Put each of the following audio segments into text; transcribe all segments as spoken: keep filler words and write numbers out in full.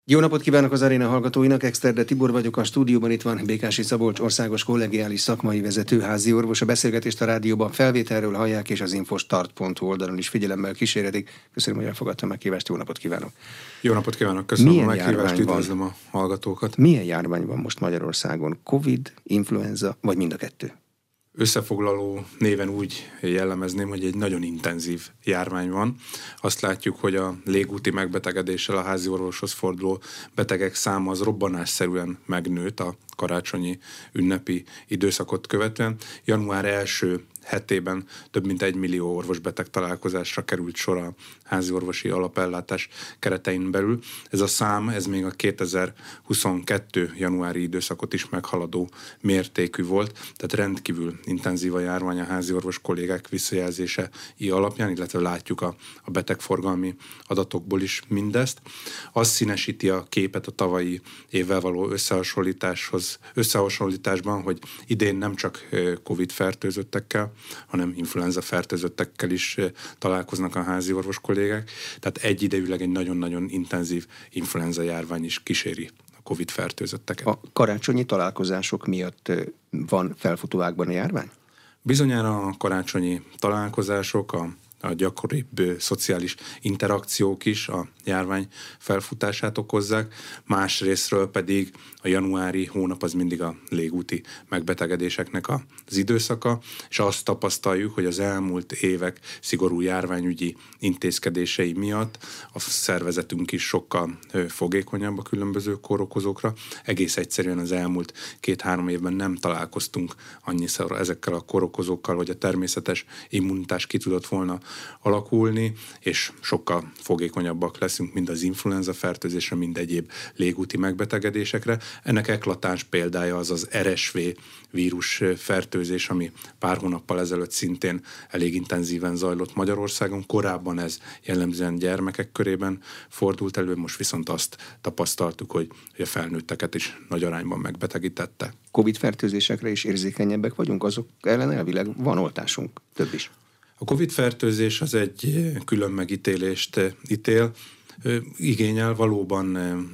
Jó napot kívánok az aréna hallgatóinak, Exterde Tibor vagyok, a stúdióban itt van Békási Szabolcs, országos kollegiális szakmai vezető, házi orvos. A beszélgetést a rádióban felvételről hallják, és az infostart pont hu oldalon is figyelemmel kíséretik. Köszönöm, hogy elfogadtam a meghívást, jó napot kívánok! Jó napot kívánok, köszönöm Milyen a meghívást, üdvözlöm a hallgatókat. Milyen járvány van most Magyarországon? Covid, influenza, vagy mind a kettő? Összefoglaló néven úgy jellemezném, hogy egy nagyon intenzív járvány van. Azt látjuk, hogy a légúti megbetegedéssel a házi orvoshoz forduló betegek száma az robbanásszerűen megnőtt a karácsonyi ünnepi időszakot követően. Január első hetében több mint egy millió orvosbeteg találkozásra került sor a házi orvosi alapellátás keretein belül. Ez a szám, ez még a kétezer-huszonkettő januári időszakot is meghaladó mértékű volt, tehát rendkívül intenzív a járvány a házi orvos kollégák visszajelzései alapján, illetve látjuk a, a betegforgalmi adatokból is mindezt. Az színesíti a képet a tavalyi évvel való összehasonlításhoz, összehasonlításban, hogy idén nem csak Covid fertőzöttekkel, hanem influenza fertőzöttekkel is találkoznak a házi orvos kollégák. Tehát egyidejűleg egy nagyon-nagyon intenzív influenza járvány is kíséri a Covid fertőzötteket. A karácsonyi találkozások miatt van felfutóágban a járvány? Bizonyára a karácsonyi találkozások, a a gyakoribb szociális interakciók is a járvány felfutását okozzák, másrésztről pedig a januári hónap az mindig a légúti megbetegedéseknek az időszaka, és azt tapasztaljuk, hogy az elmúlt évek szigorú járványügyi intézkedései miatt a szervezetünk is sokkal fogékonyabb a különböző kórokozókra. Egész egyszerűen az elmúlt két-három évben nem találkoztunk annyiszor ezekkel a kórokozókkal, hogy a természetes immunitás ki tudott volna alakulni, és sokkal fogékonyabbak leszünk mind az influenza fertőzésre, mind egyéb légúti megbetegedésekre. Ennek eklatáns példája az az er es vé vírus fertőzés, ami pár hónappal ezelőtt szintén elég intenzíven zajlott Magyarországon. Korábban ez jellemzően gyermekek körében fordult elő, most viszont azt tapasztaltuk, hogy a felnőtteket is nagy arányban megbetegítette. Covid fertőzésekre is érzékenyebbek vagyunk, azok ellen elvileg van oltásunk, több is. A Covid-fertőzés az egy külön megítélést ítél, igényel, valóban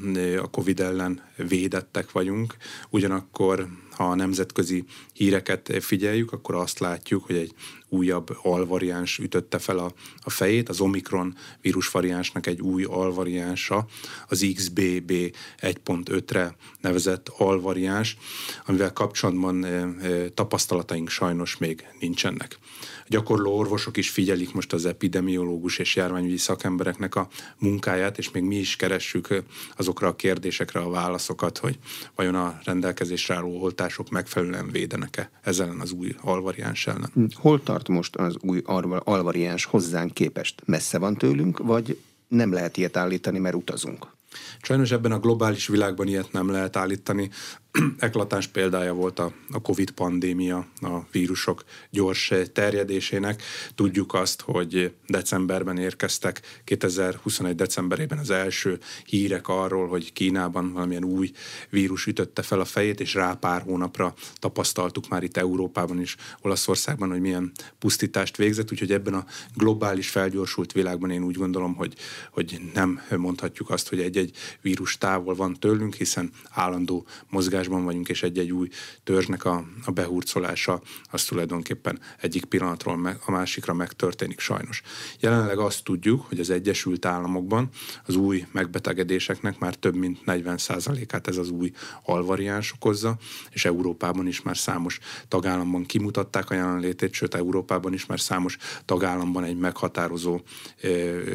a Covid ellen védettek vagyunk, ugyanakkor ha a nemzetközi híreket figyeljük, akkor azt látjuk, hogy egy újabb alvariáns ütötte fel a, a fejét, az Omikron vírusvariánsnak egy új alvariánsa, az iksz bé bé egy pont ötre nevezett alvariáns, amivel kapcsolatban e, e, tapasztalataink sajnos még nincsenek. A gyakorló orvosok is figyelik most az epidemiológus és járványügyi szakembereknek a munkáját, és még mi is keressük azokra a kérdésekre a válaszokat, hogy vajon a rendelkezésre álló oltások megfelelően védenek-e ezzel az új alvariáns ellen. Hol tart most az új alvariáns hozzánk képest? Messze van tőlünk, vagy nem lehet ilyet állítani, mert utazunk? Sajnos ebben a globális világban ilyet nem lehet állítani. Eklatáns példája volt a, a Covid pandémia, a vírusok gyors terjedésének. Tudjuk azt, hogy decemberben érkeztek, kétezer-huszonegy decemberében az első hírek arról, hogy Kínában valamilyen új vírus ütötte fel a fejét, és rá pár hónapra tapasztaltuk már itt Európában is, Olaszországban, hogy milyen pusztítást végzett, úgyhogy ebben a globális felgyorsult világban én úgy gondolom, hogy, hogy nem mondhatjuk azt, hogy egy-egy vírus távol van tőlünk, hiszen állandó mozgás vagyunk, és egy-egy új törzsnek a, a behurcolása az tulajdonképpen egyik pillanatról meg, a másikra megtörténik sajnos. Jelenleg azt tudjuk, hogy az Egyesült Államokban az új megbetegedéseknek már több mint negyven százalékát ez az új alvariáns okozza, és Európában is már számos tagállamban kimutatták a jelenlétét, sőt Európában is már számos tagállamban egy meghatározó e,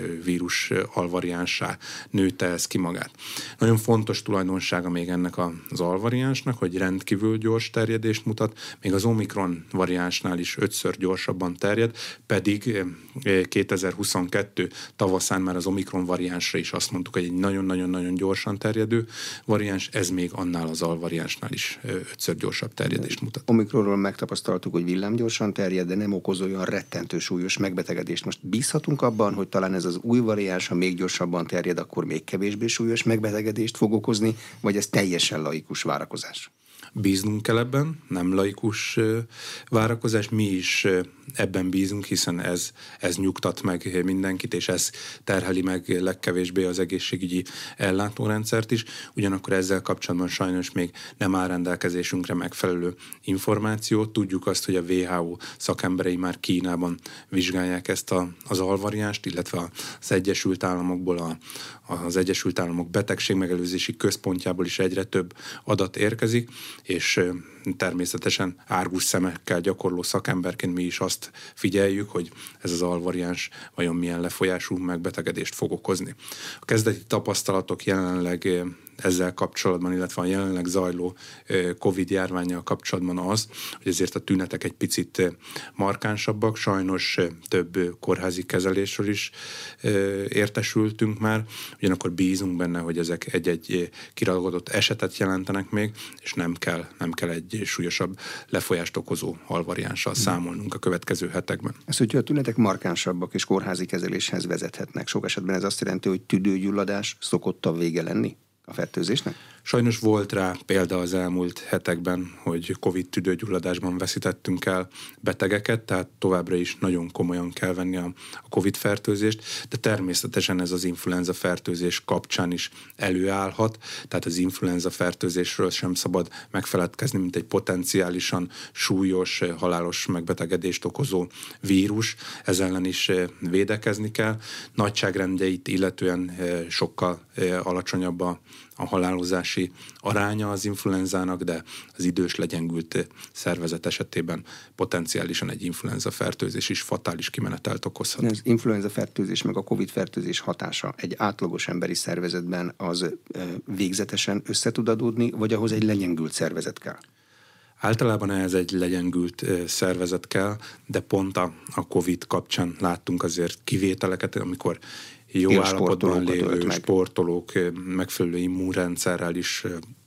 vírus alvariánssá nőtte ez ki magát. Nagyon fontos tulajdonsága még ennek az alvariáns, hogy rendkívül gyors terjedést mutat, még az Omikron variánsnál is ötször gyorsabban terjed, pedig kétezer-huszonkettő tavaszán már az Omikron variánsra is azt mondtuk, hogy egy nagyon-nagyon-nagyon gyorsan terjedő variáns, ez még annál az alvariánsnál is ötször gyorsabb terjedést mutat. Omikronról megtapasztaltuk, hogy villámgyorsan terjed, de nem okoz olyan rettentő súlyos megbetegedést. Most bízhatunk abban, hogy talán ez az új variáns, ha még gyorsabban terjed, akkor még kevésbé súlyos megbetegedést fog okozni, vagy ez teljesen laikus várakozás? Bíznunk kell ebben, nem laikus várakozás, mi is ebben bízunk, hiszen ez, ez nyugtat meg mindenkit, és ez terheli meg legkevésbé az egészségügyi ellátórendszert is. Ugyanakkor ezzel kapcsolatban sajnos még nem áll rendelkezésünkre megfelelő információ. Tudjuk azt, hogy a vé há ó szakemberei már Kínában vizsgálják ezt a, az alvariánst, illetve az Egyesült Államokból, a, az Egyesült Államok betegségmegelőzési központjából is egyre több adat érkezik, és természetesen árgus szemekkel gyakorló szakemberként mi is azt figyeljük, hogy ez az alvariáns vajon milyen lefolyású megbetegedést fog okozni. A kezdeti tapasztalatok jelenleg ezzel kapcsolatban, illetve a jelenleg zajló Covid járvánnyal kapcsolatban az, hogy ezért a tünetek egy picit markánsabbak, sajnos több kórházi kezelésről is értesültünk már, ugyanakkor bízunk benne, hogy ezek egy-egy kiragadott esetet jelentenek még, és nem kell, nem kell egy súlyosabb lefolyást okozó alvariánssal számolnunk a következő hetekben. Ez, hogyha a tünetek markánsabbak és kórházi kezeléshez vezethetnek, sok esetben ez azt jelenti, hogy tüdőgyulladás szokott a vége lenni a fertőzésnek? Sajnos volt rá példa az elmúlt hetekben, hogy Covid tüdőgyulladásban veszítettünk el betegeket, tehát továbbra is nagyon komolyan kell venni a Covid fertőzést, de természetesen ez az influenza fertőzés kapcsán is előállhat, tehát az influenza fertőzésről sem szabad megfeledkezni, mint egy potenciálisan súlyos, halálos megbetegedést okozó vírus, ez ellen is védekezni kell. Nagyságrendjeit illetően sokkal alacsonyabb a a halálozási aránya az influenzának, de az idős legyengült szervezet esetében potenciálisan egy influenza fertőzés is fatális kimenetelt okozhat. Az influenza fertőzés meg a Covid fertőzés hatása egy átlagos emberi szervezetben az végzetesen össze tud adódni, vagy ahhoz egy legyengült szervezet kell? Általában ehhez egy legyengült szervezet kell, de pont a, a Covid kapcsán láttunk azért kivételeket, amikor jó állapotban lévő sportolók megfelelő immunrendszerrel is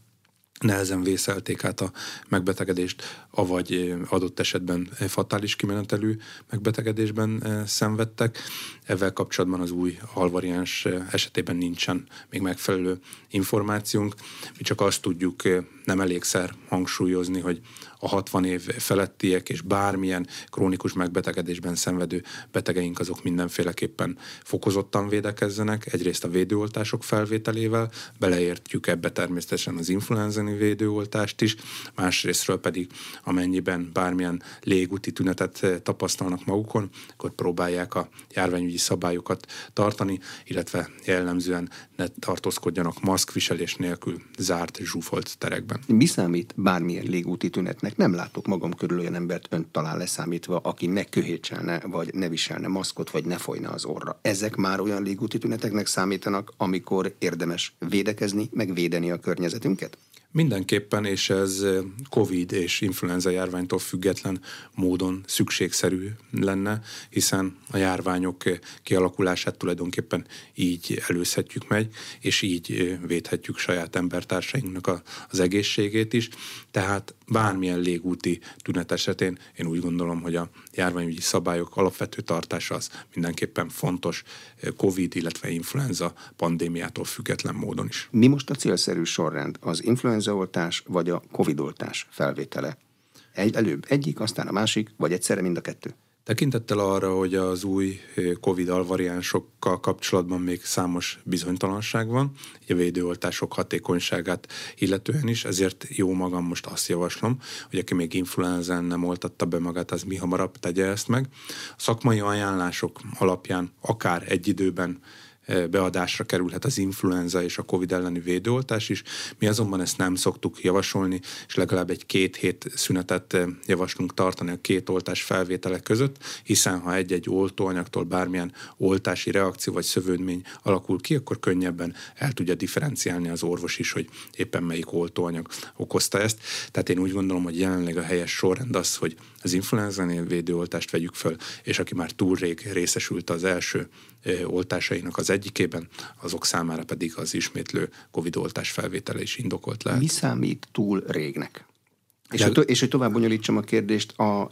nehezen vészelték át a megbetegedést, avagy adott esetben fatális kimenetelű megbetegedésben szenvedtek. Ezzel kapcsolatban az új alvariáns esetében nincsen még megfelelő információnk. Mi csak azt tudjuk nem elégszer hangsúlyozni, hogy a hatvan év felettiek és bármilyen krónikus megbetegedésben szenvedő betegeink azok mindenféleképpen fokozottan védekezzenek. Egyrészt a védőoltások felvételével, beleértjük ebbe természetesen az influenzani védőoltást is, másrésztről pedig amennyiben bármilyen légúti tünetet tapasztalnak magukon, akkor próbálják a járványügyi szabályokat tartani, illetve jellemzően ne tartózkodjanak maszkviselés nélkül zárt, zsúfolt terekben. Mi számít bármilyen légúti tünetnek? Nem látok magam körül olyan embert, önt talán leszámítva, aki ne köhétselne, vagy ne viselne maszkot, vagy ne folyna az orra. Ezek már olyan légúti tüneteknek számítanak, amikor érdemes védekezni, meg védeni a környezetünket? Mindenképpen, és ez Covid és influenza járványtól független módon szükségszerű lenne, hiszen a járványok kialakulását tulajdonképpen így előzhetjük meg, és így védhetjük saját embertársainknak az egészségét is. Tehát bármilyen légúti tünet esetén én úgy gondolom, hogy a járványügyi szabályok alapvető tartása az mindenképpen fontos Covid, illetve influenza pandémiától független módon is. Mi most a célszerű sorrend? Az influenzaoltás vagy a Covid-oltás felvétele? Egy, előbb egyik, aztán a másik, vagy egyszerre mind a kettő? Tekintettel arra, hogy az új Covid alvariánsokkal kapcsolatban még számos bizonytalanság van, a védőoltások hatékonyságát illetően is, ezért jó magam most azt javaslom, hogy aki még influenzán nem oltatta be magát, az mi hamarabb tegye ezt meg. A szakmai ajánlások alapján akár egy időben beadásra kerülhet az influenza és a Covid elleni védőoltás is. Mi azonban ezt nem szoktuk javasolni, és legalább egy két hét szünetet javaslunk tartani a két oltás felvétele között, hiszen ha egy-egy oltóanyagtól bármilyen oltási reakció vagy szövődmény alakul ki, akkor könnyebben el tudja differenciálni az orvos is, hogy éppen melyik oltóanyag okozta ezt. Tehát én úgy gondolom, hogy jelenleg a helyes sorrend az, hogy az influenzánél védőoltást vegyük föl, és aki már túl rég részesült az első oltásainak az egyikében, azok számára pedig az ismétlő Covid oltás felvétele is indokolt lehet. Mi számít túl régnek? És, De... hogy, és hogy tovább bonyolítsam a kérdést, a,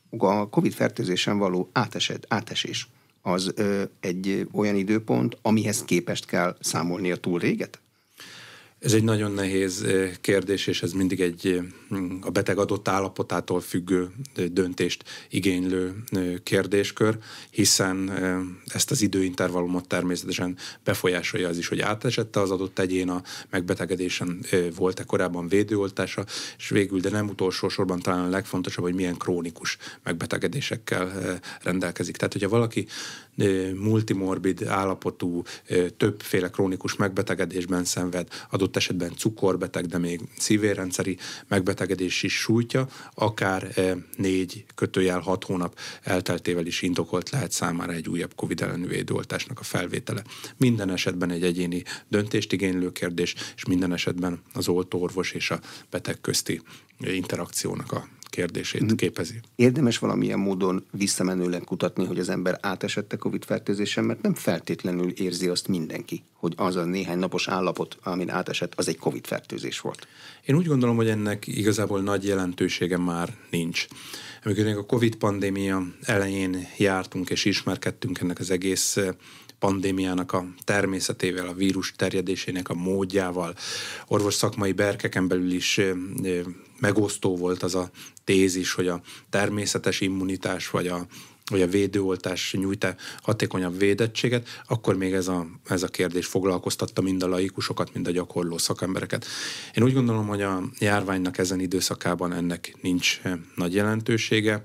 a Covid fertőzésen való átesed, átesés az ö, egy olyan időpont, amihez képest kell számolni a túl réget? Ez egy nagyon nehéz kérdés, és ez mindig egy a beteg adott állapotától függő döntést igénylő kérdéskör, hiszen ezt az időintervallumot természetesen befolyásolja az is, hogy átesette az adott egyén a megbetegedésen, volt-e korábban védőoltása, és végül, de nem utolsó sorban talán a legfontosabb, hogy milyen krónikus megbetegedésekkel rendelkezik. Tehát, hogyha valaki multimorbid állapotú, többféle krónikus megbetegedésben szenved, adott esetben cukorbeteg, de még szívérrendszeri megbetegedés is sújtja, akár négy kötőjel hat hónap elteltével is indokolt lehet számára egy újabb Covid elleni védőoltásnak a felvétele. Minden esetben egy egyéni döntést igénylő kérdés, és minden esetben az oltóorvos és a beteg közti interakciónak a kérdését képezi. Érdemes valamilyen módon visszamenőleg kutatni, hogy az ember átesette Covid-fertőzésen, mert nem feltétlenül érzi azt mindenki, hogy az a néhány napos állapot, amin átesett, az egy Covid-fertőzés volt. Én úgy gondolom, hogy ennek igazából nagy jelentősége már nincs. Amikor még a Covid-pandémia elején jártunk és ismerkedtünk ennek az egész pandémiának a természetével, a vírus terjedésének a módjával, orvos szakmai berkeken belül is megosztó volt az a tézis, hogy a természetes immunitás vagy a, vagy a védőoltás nyújt-e hatékonyabb védettséget, akkor még ez a, ez a kérdés foglalkoztatta mind a laikusokat, mind a gyakorló szakembereket. Én úgy gondolom, hogy a járványnak ezen időszakában ennek nincs nagy jelentősége.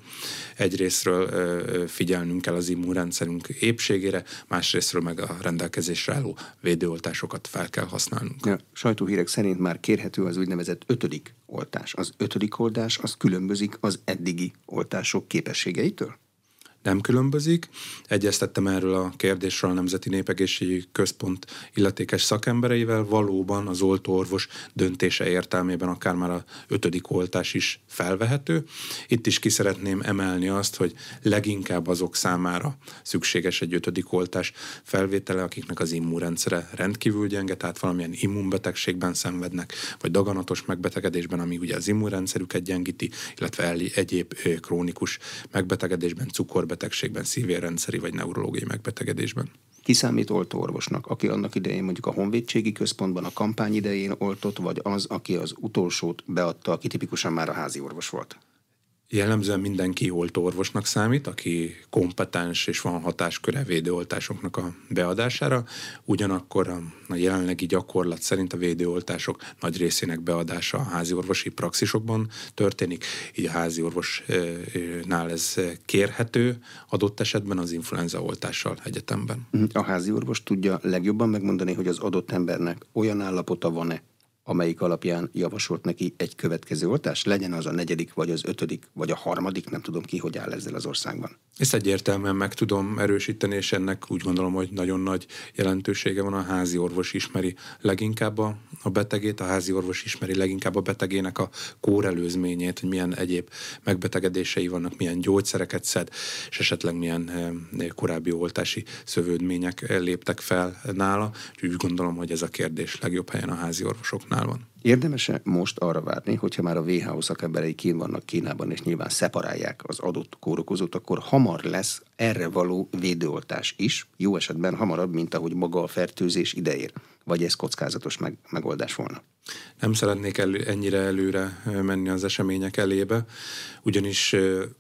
Egyrészről figyelnünk kell az immunrendszerünk épségére, másrészről meg a rendelkezésre álló védőoltásokat fel kell használnunk. Ja, sajtóhírek szerint már kérhető az úgynevezett ötödik oltás. Az ötödik oltás az különbözik az eddigi oltások képességeitől? Nem különbözik. Egyeztettem erről a kérdésről a Nemzeti Népegészségügyi Központ illetékes szakembereivel. Valóban az oltóorvos döntése értelmében akár már a ötödik oltás is felvehető. Itt is ki szeretném emelni azt, hogy leginkább azok számára szükséges egy ötödik oltás felvétele, akiknek az immunrendszere rendkívül gyenge, tehát valamilyen immunbetegségben szenvednek, vagy daganatos megbetegedésben, ami ugye az immunrendszerüket gyengíti, illetve egyéb krónikus megbetegedésben, cukor betegségben, szívérrendszeri vagy neurológiai megbetegedésben. Ki számít oltóorvosnak, aki annak idején mondjuk a honvédségi központban a kampány idején oltott, vagy az, aki az utolsót beadta, aki tipikusan már a házi orvos volt? Jellemzően mindenki oltóorvosnak számít, aki kompetens és van hatásköre védőoltásoknak a beadására, ugyanakkor a, a jelenlegi gyakorlat szerint a védőoltások nagy részének beadása a háziorvosi praxisokban történik, így a háziorvosnál ez kérhető, adott esetben az influenza oltással egyetemben. A háziorvos tudja legjobban megmondani, hogy az adott embernek olyan állapota van-e, amelyik alapján javasolt neki egy következő oltás, legyen az a negyedik, vagy az ötödik, vagy a harmadik, nem tudom ki, hogy áll ezzel az országban. Ezt egyértelműen meg tudom erősíteni, és ennek úgy gondolom, hogy nagyon nagy jelentősége van. A házi orvos ismeri leginkább a, a betegét, a házi orvos ismeri leginkább a betegének a kórelőzményét, hogy milyen egyéb megbetegedései vannak, milyen gyógyszereket szed, és esetleg milyen eh, korábbi oltási szövődmények léptek fel nála. Úgyhogy úgy gondolom, hogy ez a kérdés legjobb helyen a házi orvosoknál van. Érdemes-e most arra várni, hogyha már a vé há o szakemberei kín vannak Kínában, és nyilván szeparálják az adott kórokozót, akkor hamar lesz erre való védőoltás is, jó esetben hamarabb, mint ahogy maga a fertőzés ideér. Vagy ez kockázatos meg, megoldás volna? Nem szeretnék elő, ennyire előre menni az események elébe, ugyanis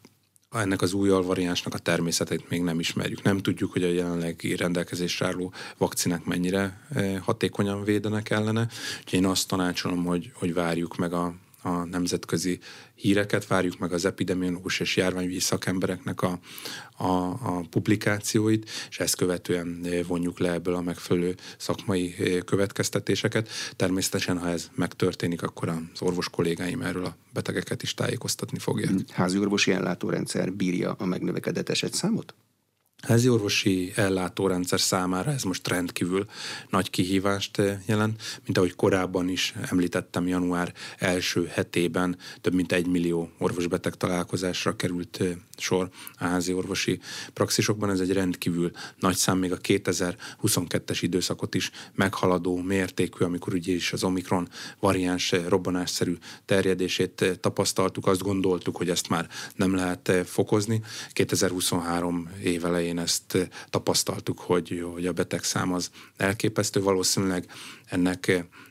ennek az új alvariánsnak a természetét még nem ismerjük. Nem tudjuk, hogy a jelenlegi rendelkezésre álló vakcinák mennyire hatékonyan védenek ellene. Úgyhogy én azt tanácsolom, hogy, hogy várjuk meg a, a nemzetközi híreket, várjuk meg az epidemiológus és járványügyi szakembereknek a, a, a publikációit, és ezt követően vonjuk le ebből a megfelelő szakmai következtetéseket. Természetesen, ha ez megtörténik, akkor az orvos kollégáim erről a betegeket is tájékoztatni fogják. Háziorvosi ellátórendszer bírja a megnövekedett esetszámot? Házi orvosi ellátórendszer számára ez most rendkívül nagy kihívást jelent, mint ahogy korábban is említettem, január első hetében több mint egy millió orvosbeteg találkozásra került sor a házi orvosi praxisokban. Ez egy rendkívül nagy szám, még a kétezer-huszonkettes időszakot is meghaladó mértékű, amikor ugye is az Omikron variáns robbanásszerű terjedését tapasztaltuk, azt gondoltuk, hogy ezt már nem lehet fokozni. kétezer-huszonhárom év elején ezt tapasztaltuk, hogy, hogy a betegszám az elképesztő, valószínűleg ennek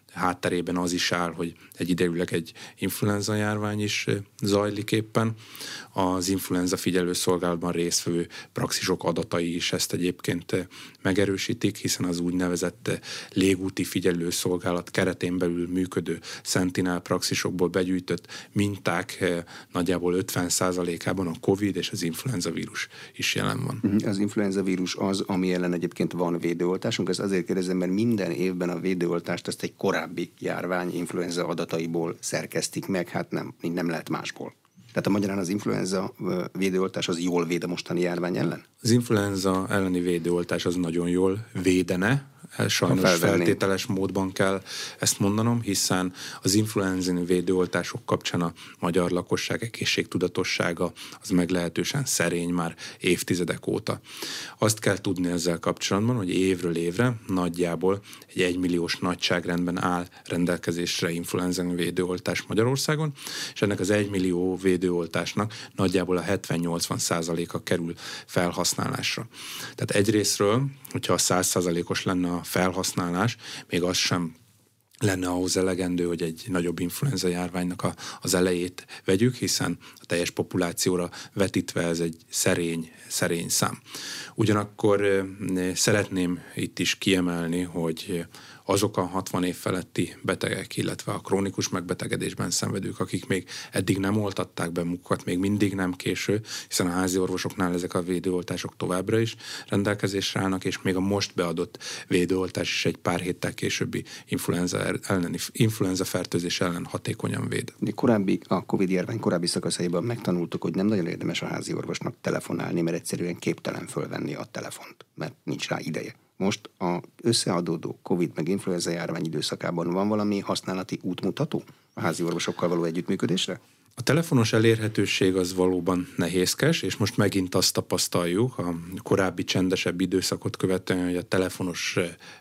hátterében az is áll, hogy egyidejűleg egy influenza járvány is zajlik éppen. Az influenza figyelőszolgálatban résztvevő praxisok adatai is ezt egyébként megerősítik, hiszen az úgynevezett légúti figyelőszolgálat keretén belül működő Sentinel praxisokból begyűjtött minták nagyjából ötven százalékában a Covid és az influenza vírus is jelen van. Az influenza vírus az, ami ellen egyébként van védőoltásunk. Ezt azért kérdezem, mert minden évben a védőoltást ezt egy korábbi járvány influenza adataiból szerkesztik meg, hát nem, nem lehet másból. Tehát a magyarán az influenza védőoltás az jól véd a mostani járvány ellen? Az influenza elleni védőoltás az nagyon jól védene, sajnos feltételes módban kell ezt mondanom, hiszen az influenza védőoltások kapcsán a magyar lakosság egészségtudatossága az meglehetősen szerény már évtizedek óta. Azt kell tudni ezzel kapcsolatban, hogy évről évre nagyjából egy egymilliós nagyságrendben áll rendelkezésre influenza védőoltás Magyarországon, és ennek az egymillió védőoltásnak nagyjából a hetven-nyolcvan százaléka kerül felhasználásra. Tehát egyrésztről, hogyha a száz százalékos lenne a felhasználás, még az sem lenne ahhoz elegendő, hogy egy nagyobb influenza járványnak a, az elejét vegyük, hiszen a teljes populációra vetítve ez egy szerény, szerény szám. Ugyanakkor e, szeretném itt is kiemelni, hogy azok a hatvan év feletti betegek, illetve a krónikus megbetegedésben szenvedők, akik még eddig nem oltatták be magukat, még mindig nem késő, hiszen a házi orvosoknál ezek a védőoltások továbbra is rendelkezésre állnak, és még a most beadott védőoltás is egy pár héttel későbbi influenza, elleni, influenza fertőzés ellen hatékonyan véd. Korábbi, a Covid járvány korábbi szakaszaiban megtanultuk, hogy nem nagyon érdemes a házi orvosnak telefonálni, mert egyszerűen képtelen fölvenni a telefont, mert nincs rá ideje. Most az összeadódó Covid meg influenza járvány időszakában van valami használati útmutató a házi orvosokkal való együttműködésre? A telefonos elérhetőség az valóban nehézkes, és most megint azt tapasztaljuk a korábbi csendesebb időszakot követően, hogy a telefonos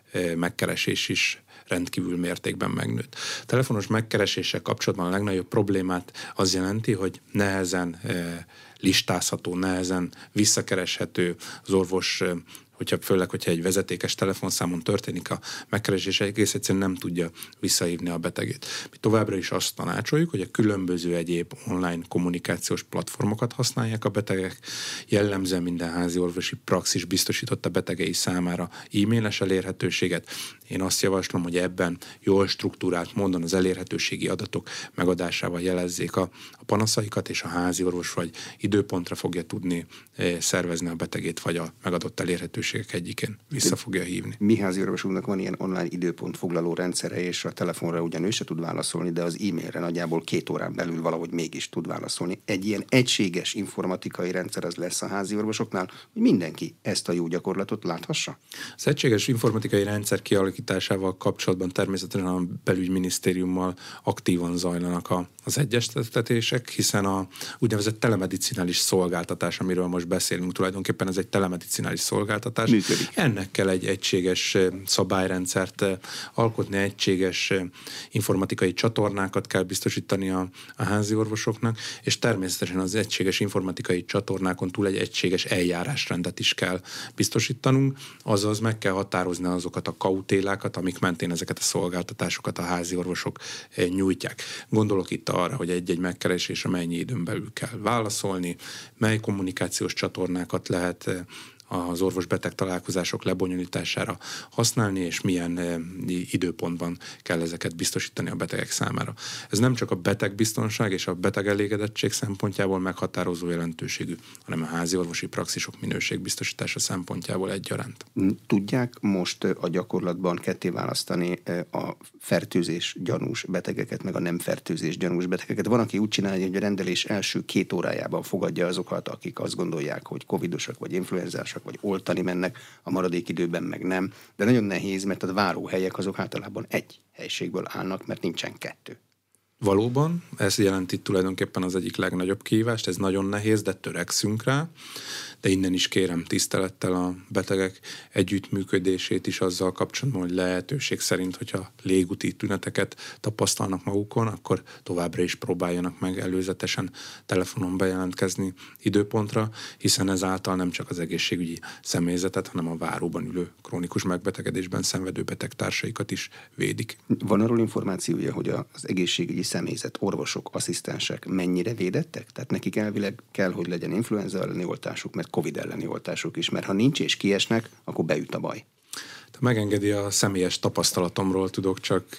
megkeresés is rendkívül mértékben megnőtt. A telefonos megkereséssel kapcsolatban a legnagyobb problémát az jelenti, hogy nehezen listázható, nehezen visszakereshető az orvos, hogyha főleg, hogyha egy vezetékes telefonszámon történik a megkeresés, egész egyszerűen nem tudja visszahívni a betegét. Mi továbbra is azt tanácsoljuk, hogy a különböző egyéb online kommunikációs platformokat használják a betegek. Jellemzően minden házi orvosi praxis biztosított a betegei számára e-mailes elérhetőséget. Én azt javaslom, hogy ebben jól struktúrált módon az elérhetőségi adatok megadásával jelezzék a, a panaszaikat, és a házi orvos vagy időpontra fogja tudni eh, szervezni a betegét, vagy a megadott elérhetőségek egyikén vissza fogja hívni. Mi házi orvosunknak van ilyen online időpont foglaló rendszere, és a telefonra ugyan ő se tud válaszolni, de az e-mailre nagyjából két órán belül valahogy mégis tud válaszolni. Egy ilyen egységes informatikai rendszer az lesz a házi orvosoknál, hogy mindenki ezt a jó gyakorlatot láthassa? Az egységes informatikai rendszer kialakításával kapcsolatban természetesen a belügyminisztériummal aktívan zajlanak a, az egyeztetések, hiszen a úgynevezett telemedicinális szolgáltatás, amiről most beszélünk, tulajdonképpen ez egy telemedicinális szolgáltatás. Működik. Ennek kell egy egységes szabályrendszert alkotni, egységes informatikai csatornákat kell biztosítani a, a házi orvosoknak, és természetesen az egységes informatikai csatornákon túl egy egységes eljárásrendet is kell biztosítanunk, azaz meg kell határozni azokat a kautélákat, amik mentén ezeket a szolgáltatásokat a házi orvosok nyújtják. Gondolok itt arra, hogy egy-egy megkeresésre mennyi időn belül kell válaszolni, mely kommunikációs csatornákat lehet az orvos-beteg találkozások lebonyolítására használni, és milyen időpontban kell ezeket biztosítani a betegek számára. Ez nem csak a betegbiztonság és a beteg elégedettség szempontjából meghatározó jelentőségű, hanem a házi orvosi praxisok minőségbiztosítása szempontjából egyaránt. Tudják most a gyakorlatban ketté választani a fertőzés gyanús betegeket, meg a nem fertőzés gyanús betegeket? Van, aki úgy csinálja, hogy a rendelés első két órájában fogadja azokat, akik azt gondolják, hogy covidosak vagy influenzásak, vagy oltani mennek, a maradék időben meg nem. De nagyon nehéz, mert a váróhelyek azok általában egy helységből állnak, mert nincsen kettő. Valóban, ez jelenti tulajdonképpen az egyik legnagyobb kihívást, ez nagyon nehéz, de törekszünk rá, de innen is kérem tisztelettel a betegek együttműködését is azzal kapcsolatban, hogy lehetőség szerint, hogyha légúti tüneteket tapasztalnak magukon, akkor továbbra is próbáljanak meg előzetesen telefonon bejelentkezni időpontra, hiszen ezáltal nem csak az egészségügyi személyzetet, hanem a váróban ülő krónikus megbetegedésben szenvedő betegtársaikat is védik. Van arról információja, hogy az egészségügyi személyzet, orvosok, asszisztensek mennyire védettek? Tehát nekik elvileg kell, hogy legyen influenza elleni oltásuk, mert Covid elleni oltásuk is, mert ha nincs és kiesnek, akkor beüt a baj. Ha megengedi, a személyes tapasztalatomról tudok csak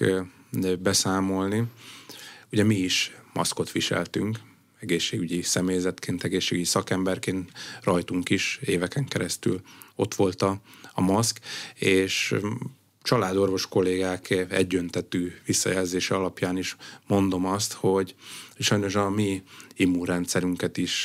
beszámolni. Ugye mi is maszkot viseltünk, egészségügyi személyzetként, egészségügyi szakemberként rajtunk is éveken keresztül ott volt a, a maszk, és családorvos kollégák egyöntetű visszajelzése alapján is mondom azt, hogy sajnos a mi immunrendszerünket is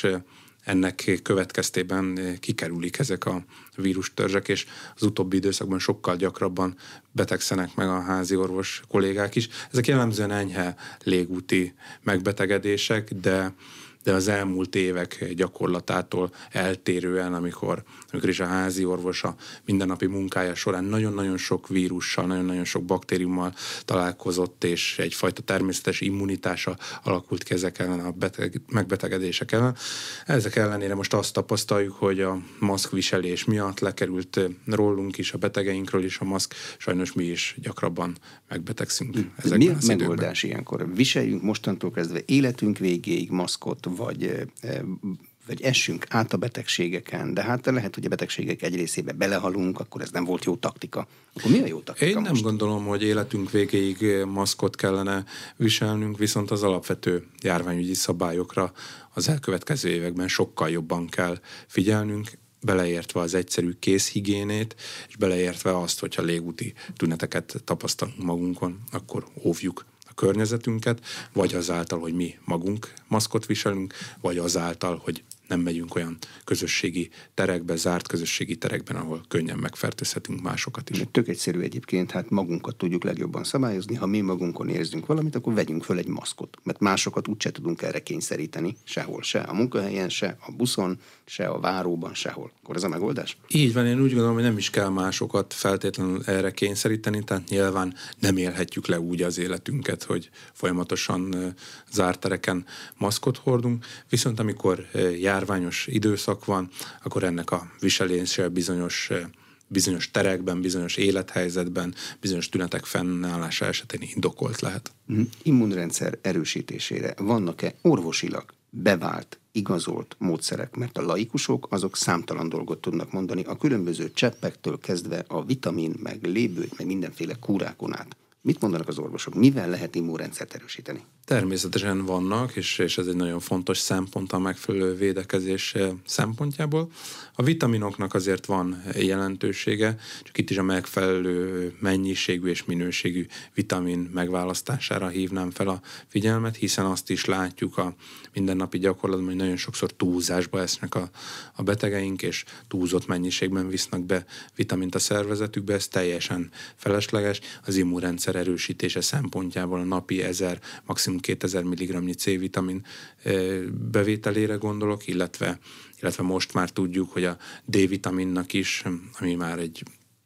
ennek következtében kikerülik ezek a vírustörzsek, és az utóbbi időszakban sokkal gyakrabban betegszenek meg a házi orvos kollégák is. Ezek jellemzően enyhe légúti megbetegedések, de de az elmúlt évek gyakorlatától eltérően, amikor, amikor is a házi orvos a mindennapi munkája során nagyon-nagyon sok vírussal, nagyon-nagyon sok baktériummal találkozott, és egyfajta természetes immunitása alakult ki ezek ellen a beteg, megbetegedések ellen. Ezek ellenére most azt tapasztaljuk, hogy a maszkviselés miatt lekerült rólunk is, a betegeinkről is a maszk, sajnos mi is gyakrabban megbetegszünk. Mi a megoldás ilyenkor? Viseljünk mostantól kezdve életünk végéig maszkot, vagy, vagy essünk át a betegségeken, de hát lehet, hogy a betegségek egy részébe belehalunk, akkor ez nem volt jó taktika. Akkor mi a jó taktika? Én nem most? gondolom, hogy életünk végéig maszkot kellene viselnünk, viszont az alapvető járványügyi szabályokra az elkövetkező években sokkal jobban kell figyelnünk, beleértve az egyszerű kézhigiénét, és beleértve azt, hogyha légúti tüneteket tapasztalunk magunkon, akkor óvjuk a környezetünket, vagy azáltal, hogy mi magunk maszkot viselünk, vagy azáltal, hogy nem megyünk olyan közösségi terekbe, zárt közösségi terekben, ahol könnyen megfertőzhetünk másokat is. Tök egyszerű egyébként, hát magunkat tudjuk legjobban szabályozni, ha mi magunkon érzünk valamit, akkor vegyünk föl egy maszkot, mert másokat úgyse tudunk erre kényszeríteni, sehol, se a munkahelyen, se a buszon, se a váróban, sehol. Akkor ez a megoldás? Így van, én úgy gondolom, hogy nem is kell másokat feltétlenül erre kényszeríteni, tehát nyilván nem élhetjük le úgy az életünket, hogy folyamatosan zárt tereken maszkot hordunk, viszont amikor járványos időszak van, akkor ennek a viselése bizonyos, bizonyos terekben, bizonyos élethelyzetben, bizonyos tünetek fennállása esetén indokolt lehet. Immunrendszer erősítésére vannak-e orvosilag bevált, igazolt módszerek, mert a laikusok azok számtalan dolgot tudnak mondani, a különböző cseppektől kezdve a vitamin, meg lébőgy, meg mindenféle kúrákon át. Mit mondanak az orvosok? Mivel lehet immunrendszert erősíteni? Természetesen vannak, és, és ez egy nagyon fontos szempont a megfelelő védekezés szempontjából. A vitaminoknak azért van jelentősége, csak itt is a megfelelő mennyiségű és minőségű vitamin megválasztására hívnám fel a figyelmet, hiszen azt is látjuk a mindennapi gyakorlatban, hogy nagyon sokszor túlzásba esznek a, a betegeink, és túlzott mennyiségben visznek be vitamint a szervezetükbe, ez teljesen felesleges. Az immunrendszer erősítése szempontjából a napi ezer, maximum kétezer milligramnyi C-vitamin bevételére gondolok, illetve, illetve most már tudjuk, hogy a D-vitaminnak is, ami már egy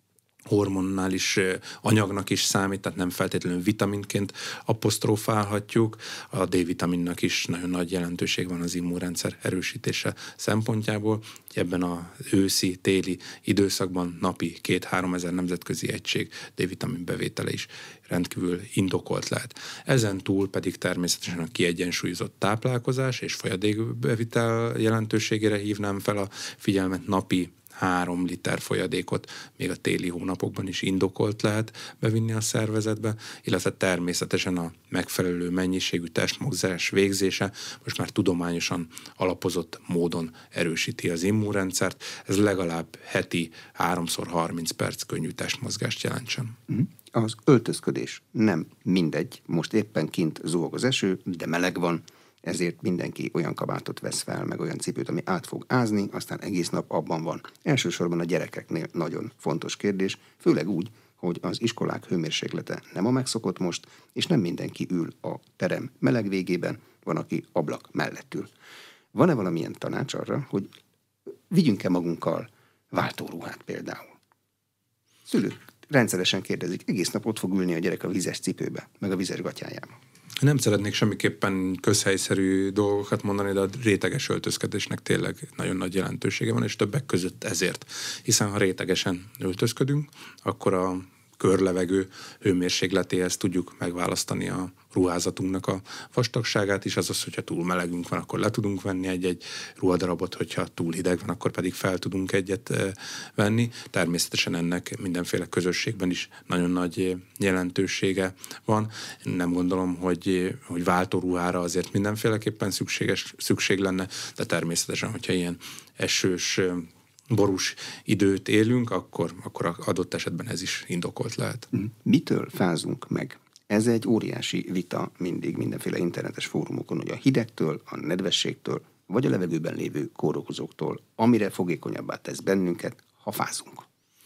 hormonális anyagnak is számít, tehát nem feltétlenül vitaminként apostrofálhatjuk. A D-vitaminnak is nagyon nagy jelentőség van az immunrendszer erősítése szempontjából. Ebben az őszi, téli időszakban napi két-három ezer nemzetközi egység D-vitamin bevétele is rendkívül indokolt lehet. Ezen túl pedig természetesen a kiegyensúlyozott táplálkozás és folyadékbevitel jelentőségére hívnám fel a figyelmet. Napi három liter folyadékot még a téli hónapokban is indokolt lehet bevinni a szervezetbe, illetve természetesen a megfelelő mennyiségű testmozgás végzése most már tudományosan alapozott módon erősíti az immunrendszert. Ez legalább heti háromszor harminc perc könnyű testmozgást jelentsen. Az öltözködés nem mindegy. Most éppen kint zuhog az eső, de meleg van, ezért mindenki olyan kabátot vesz fel, meg olyan cipőt, ami át fog ázni, aztán egész nap abban van. Elsősorban a gyerekeknél nagyon fontos kérdés, főleg úgy, hogy az iskolák hőmérséklete nem a megszokott most, és nem mindenki ül a terem meleg végében, van, aki ablak mellett ül. Van-e valamilyen tanács arra, hogy vigyünk-e magunkkal váltóruhát például? Szülők rendszeresen kérdezik, egész nap ott fog ülni a gyerek a vizes cipőbe, meg a vizes gatyájába. Nem szeretnék semmiképpen közhelyszerű dolgokat mondani, de a réteges öltözködésnek tényleg nagyon nagy jelentősége van, és többek között ezért. Hiszen ha rétegesen öltözködünk, akkor a körlevegő hőmérsékletéhez tudjuk megválasztani a ruházatunknak a vastagságát is, azaz, hogyha túl melegünk van, akkor le tudunk venni egy-egy ruhadarabot, hogyha túl hideg van, akkor pedig fel tudunk egyet venni. Természetesen ennek mindenféle közösségben is nagyon nagy jelentősége van. Nem gondolom, hogy, hogy váltóruhára azért mindenféleképpen szükséges, szükség lenne, de természetesen, hogyha ilyen esős, borús időt élünk, akkor, akkor adott esetben ez is indokolt lehet. Mitől fázunk meg? Ez egy óriási vita mindig mindenféle internetes fórumokon, hogy a hidegtől, a nedvességtől, vagy a levegőben lévő kórokozóktól, amire fogékonyabbá tesz bennünket, ha fázunk.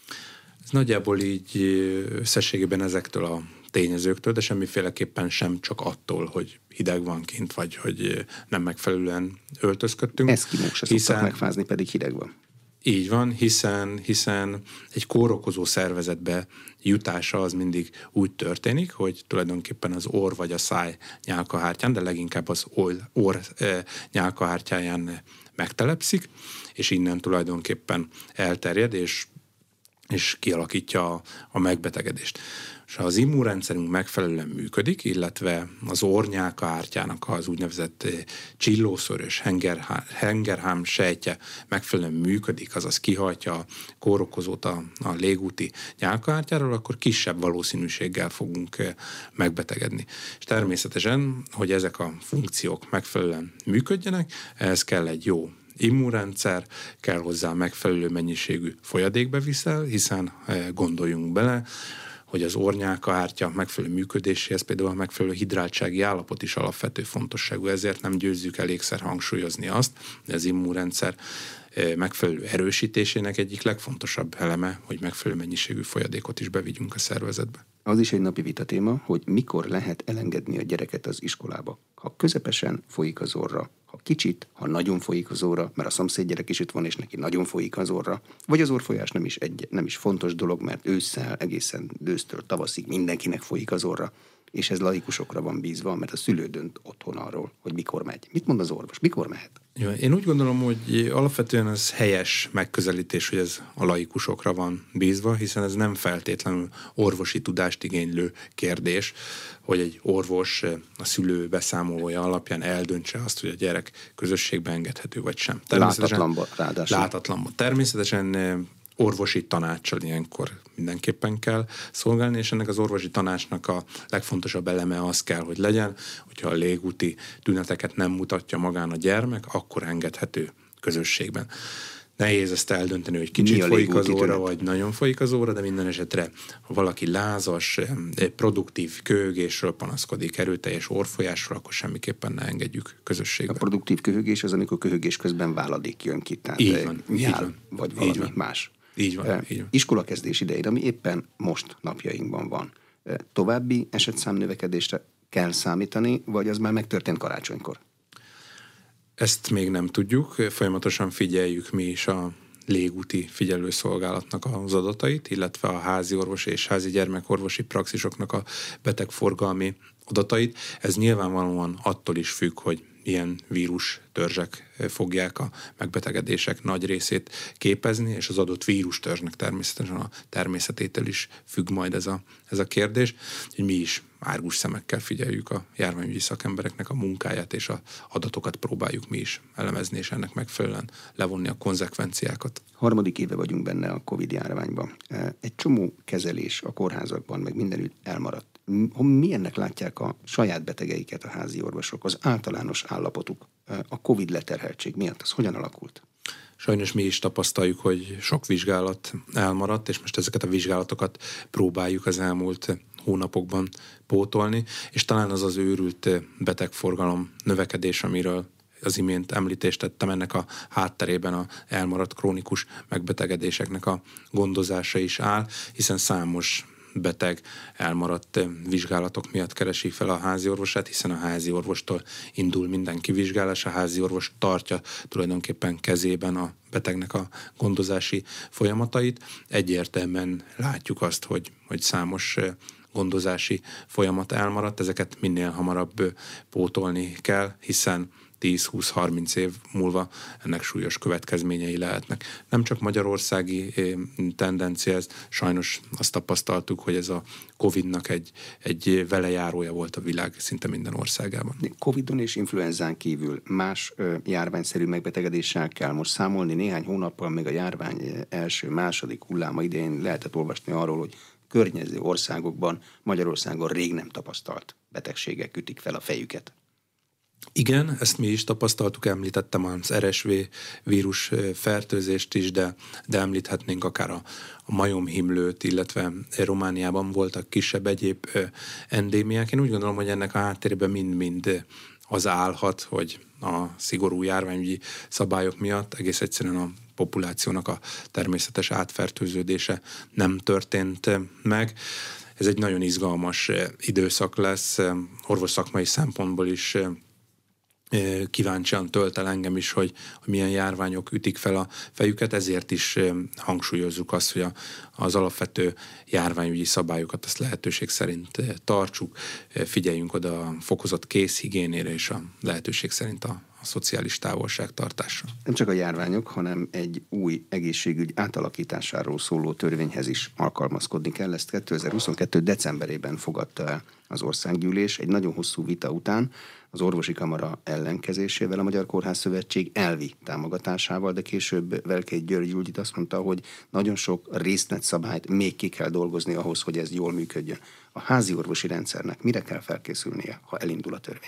Ez nagyjából így összességében ezektől a tényezőktől, de semmiféleképpen sem csak attól, hogy hideg van kint, vagy hogy nem megfelelően öltözködtünk. Eszkimók se szoktak megfázni, pedig hideg van. Így van, hiszen, hiszen egy kórokozó szervezetbe jutása az mindig úgy történik, hogy tulajdonképpen az orr vagy a száj nyálkahártyán, de leginkább az orr, orr e, nyálkahártyáján megtelepszik, és innen tulajdonképpen elterjed, és, és kialakítja a, a megbetegedést. És ha az immunrendszerünk megfelelően működik, illetve az orrnyálkahártyának az úgynevezett csillószörös Hengerhám sejtje megfelelően működik, azaz kihajtja a kórokozót a, a légúti nyálkahártyáról, akkor kisebb valószínűséggel fogunk megbetegedni. És természetesen, hogy ezek a funkciók megfelelően működjenek, ehhez kell egy jó immunrendszer, kell hozzá megfelelő mennyiségű folyadékbeviszel, hiszen gondoljunk bele, hogy az orrnyálkahártya megfelelő működéséhez például a megfelelő hidráltsági állapot is alapvető fontosságú, ezért nem győzzük elégszer hangsúlyozni azt, hogy az immunrendszer megfelelő erősítésének egyik legfontosabb eleme, hogy megfelelő mennyiségű folyadékot is bevigyünk a szervezetbe. Az is egy napi vita téma, hogy mikor lehet elengedni a gyereket az iskolába. Ha közepesen folyik az orra, ha kicsit, ha nagyon folyik az orra, mert a szomszéd gyerek is itt van, és neki nagyon folyik az orra, vagy az orrfolyás nem is, egy, nem is fontos dolog, mert ősszel, egészen ősztől tavaszig mindenkinek folyik az orra, és ez laikusokra van bízva, mert a szülő dönt otthon arról, hogy mikor megy. Mit mond az orvos? Mikor mehet? Én úgy gondolom, hogy alapvetően ez helyes megközelítés, hogy ez a laikusokra van bízva, hiszen ez nem feltétlenül orvosi tudást igénylő kérdés, hogy egy orvos a szülő beszámolója alapján eldöntse azt, hogy a gyerek közösségbe engedhető vagy sem. Látatlanba ráadásul. Látatlanba. Természetesen orvosi tanáccsal ilyenkor mindenképpen kell szolgálni, és ennek az orvosi tanácsnak a legfontosabb eleme az kell, hogy legyen, hogyha a légúti tüneteket nem mutatja magán a gyermek, akkor engedhető közösségben. Nehéz ezt eldönteni, hogy kicsit folyik az óra, vagy nagyon folyik az óra, de minden esetre, ha valaki lázas, produktív köhögésről panaszkodik, erőteljes orrfolyásról, akkor semmiképpen ne engedjük közösségbe. A produktív köhögés az, amikor köhögés közben váladék jön ki, tehát így van, nyál, így van, vagy valami így van. más. Így van, így van. Iskolakezdés idején, ami éppen most napjainkban van. További esetszám növekedésre kell számítani, vagy az már megtörtént karácsonykor? Ezt még nem tudjuk, folyamatosan figyeljük mi is a légúti figyelőszolgálatnak az adatait, illetve a házi orvosi és házi gyermekorvosi praxisoknak a betegforgalmi adatait. Ez nyilvánvalóan attól is függ, hogy ilyen vírus törzsek fogják a megbetegedések nagy részét képezni, és az adott vírus törzsnek természetesen a természetétől is függ majd ez a, ez a kérdés, hogy mi is árgus szemekkel figyeljük a járványügyi szakembereknek a munkáját, és az adatokat próbáljuk mi is elemezni, és ennek megfelelően levonni a konzekvenciákat. Harmadik éve vagyunk benne a Covid járványban. Egy csomó kezelés a kórházakban, meg mindenütt elmaradt. Milyennek látják a saját betegeiket a házi orvosok, az általános állapotuk, a Covid leterheltség miatt? Az hogyan alakult? Sajnos mi is tapasztaljuk, hogy sok vizsgálat elmaradt, és most ezeket a vizsgálatokat próbáljuk az elmúlt hónapokban pótolni, és talán az az őrült betegforgalom növekedés, amiről az imént említést tettem, ennek a hátterében a elmaradt krónikus megbetegedéseknek a gondozása is áll, hiszen számos beteg elmaradt vizsgálatok miatt keresi fel a házi orvosát, hiszen a házi orvostól indul minden kivizsgálás, a házi orvos tartja tulajdonképpen kezében a betegnek a gondozási folyamatait. Egyértelműen látjuk azt, hogy, hogy számos gondozási folyamat elmaradt, ezeket minél hamarabb pótolni kell, hiszen tíz-húsz-harminc év múlva ennek súlyos következményei lehetnek. Nem csak magyarországi tendencia ez, sajnos azt tapasztaltuk, hogy ez a Covidnak egy, egy velejárója volt a világ szinte minden országában. Covidon és influenzán kívül más ö, járványszerű megbetegedéssel kell most számolni. Néhány hónappal még a járvány első, második hulláma idején lehetett olvasni arról, hogy környező országokban, Magyarországon rég nem tapasztalt betegségek ütik fel a fejüket. Igen, ezt mi is tapasztaltuk, említettem az er es vé vírus fertőzést is, de, de említhetnénk akár a, a majomhimlőt, illetve Romániában voltak kisebb egyéb endémiák. Én úgy gondolom, hogy ennek a háttérben mind-mind az állhat, hogy a szigorú járványügyi szabályok miatt egész egyszerűen a populációnak a természetes átfertőződése nem történt meg. Ez egy nagyon izgalmas időszak lesz, orvosszakmai szempontból is kíváncsian tölt el engem is, hogy, hogy milyen járványok ütik fel a fejüket, ezért is hangsúlyozzuk azt, hogy a, az alapvető járványügyi szabályokat azt lehetőség szerint tartsuk, figyeljünk oda a fokozott kézhigiénére és a lehetőség szerint a, a szociális távolságtartásra. Nem csak a járványok, hanem egy új egészségügy átalakításáról szóló törvényhez is alkalmazkodni kell. Ezt kétezer-huszonkettő decemberében fogadta el az országgyűlés. Egy nagyon hosszú vita után az orvosi kamara ellenkezésével, a Magyar Kórház Szövetség elvi támogatásával, de később Velkei György Judit azt mondta, hogy nagyon sok részletszabályt még ki kell dolgozni ahhoz, hogy ez jól működjön. A házi orvosi rendszernek mire kell felkészülnie, ha elindul a törvény?